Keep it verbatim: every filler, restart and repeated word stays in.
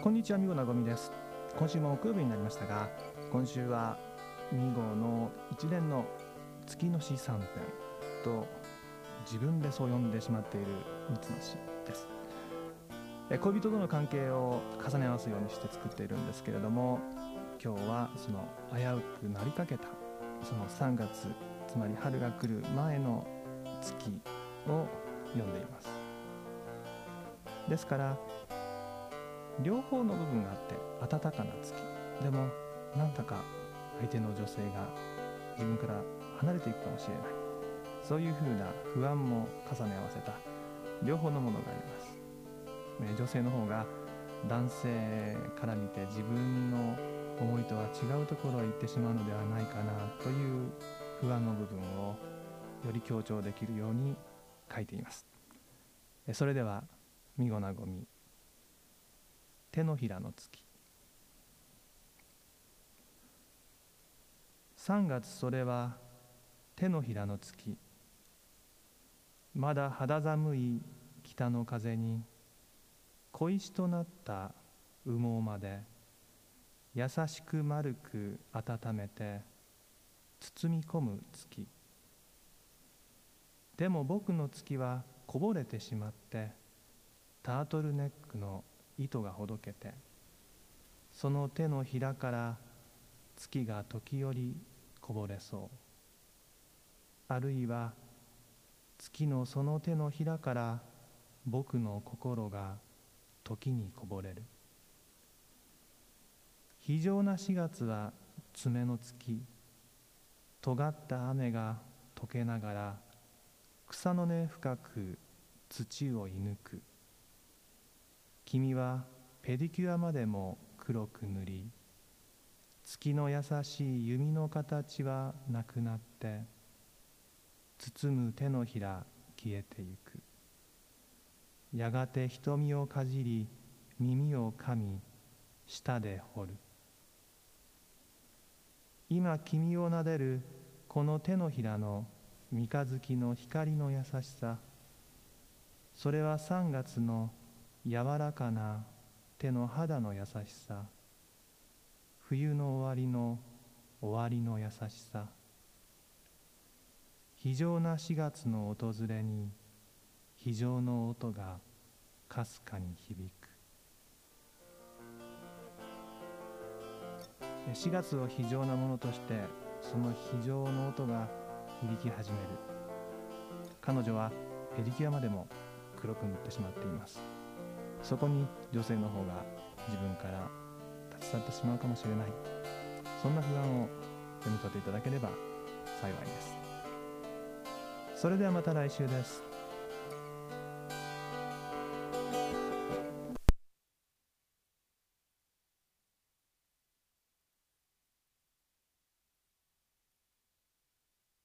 こんにちは、みごなごみです。今週も木曜日になりましたが、今週はみごの一連の月の詩さん編と自分でそう呼んでしまっているみつの詩です。恋人との関係を重ね合わすようにして作っているんですけれども、今日はその危うくなりかけたそのさんがつ、つまり春が来る前の月を読んでいます。ですから両方の部分があって暖かな月でも、なんだか相手の女性が自分から離れていくかもしれない、そういうふうな不安も重ね合わせた両方のものがあります。女性の方が男性から見て自分の思いとは違うところへ行ってしまうのではないかなという不安の部分をより強調できるように書いています。それではみごなごみ、手のひらの月。さんがつ、それは手のひらの月。まだ肌寒い北の風に小石となった羽毛まで優しく丸く温めて包み込む月。でも僕の月はこぼれてしまって、タートルネックの糸がほどけて、その手のひらから月が時折こぼれそう。あるいは月のその手のひらから僕の心が時にこぼれる。非常なしがつは爪の月。尖った雨が溶けながら草の根深く土を射抜く。君はペディキュアまでも黒く塗り、月の優しい弓の形はなくなって、包む手のひら消えてゆく。やがて瞳をかじり、耳を噛み、舌で掘る。今君を撫でるこの手のひらの三日月の光の優しさ、それはさんがつの柔らかな手の肌の優しさ、冬の終わりの終わりの優しさ。非常なしがつの訪れに非常の音がかすかに響く。しがつを非常なものとして、その非常の音が響き始める。彼女はペディキュアまでも黒く塗ってしまっています。そこに女性の方が自分から立ち去ってしまうかもしれない、そんな不安を読み取っていただければ幸いです。それではまた来週です。